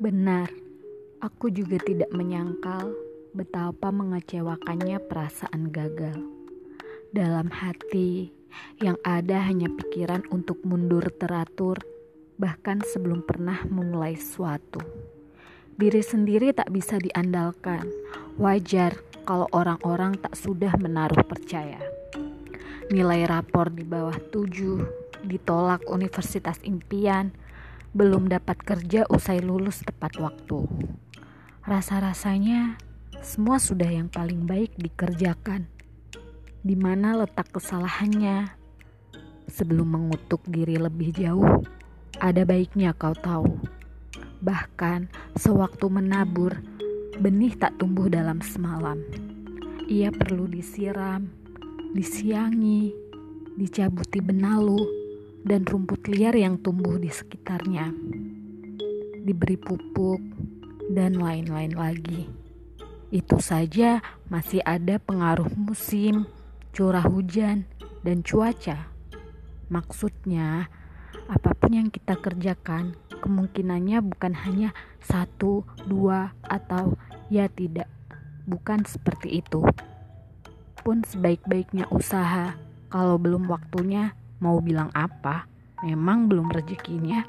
Benar, aku juga tidak menyangkal betapa mengecewakannya perasaan gagal. Dalam hati yang ada hanya pikiran untuk mundur teratur, bahkan sebelum pernah memulai sesuatu. Diri sendiri tak bisa diandalkan. Wajar kalau orang-orang tak sudah menaruh percaya. Nilai rapor di bawah 7, ditolak universitas impian, belum dapat kerja usai lulus tepat waktu. Rasa-rasanya semua sudah yang paling baik dikerjakan. Di mana letak kesalahannya? Sebelum mengutuk diri lebih jauh, ada baiknya kau tahu. Bahkan sewaktu menabur, benih tak tumbuh dalam semalam. Ia perlu disiram, disiangi, dicabuti benalu, dan rumput liar yang tumbuh di sekitarnya. Diberi pupuk, dan lain-lain lagi. Itu saja masih ada pengaruh musim, curah hujan, dan cuaca. Maksudnya, apapun yang kita kerjakan, kemungkinannya bukan hanya 1, 2, atau ya tidak. Bukan seperti itu. Pun sebaik-baiknya usaha, kalau belum waktunya, mau bilang apa? Memang belum rezekinya.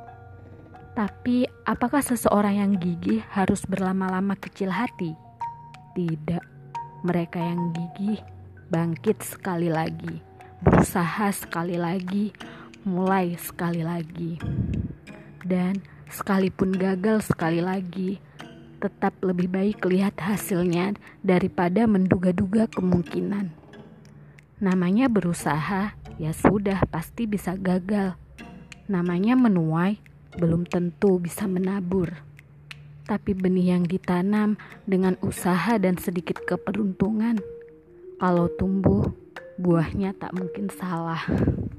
Tapi apakah seseorang yang gigih harus berlama-lama kecil hati? Tidak. Mereka yang gigih bangkit sekali lagi, berusaha sekali lagi, mulai sekali lagi. Dan sekalipun gagal sekali lagi, tetap lebih baik lihat hasilnya daripada menduga-duga kemungkinan. Namanya berusaha, ya sudah pasti bisa gagal. Namanya menuai, belum tentu bisa menabur. Tapi benih yang ditanam dengan usaha dan sedikit keberuntungan, kalau tumbuh, buahnya tak mungkin salah.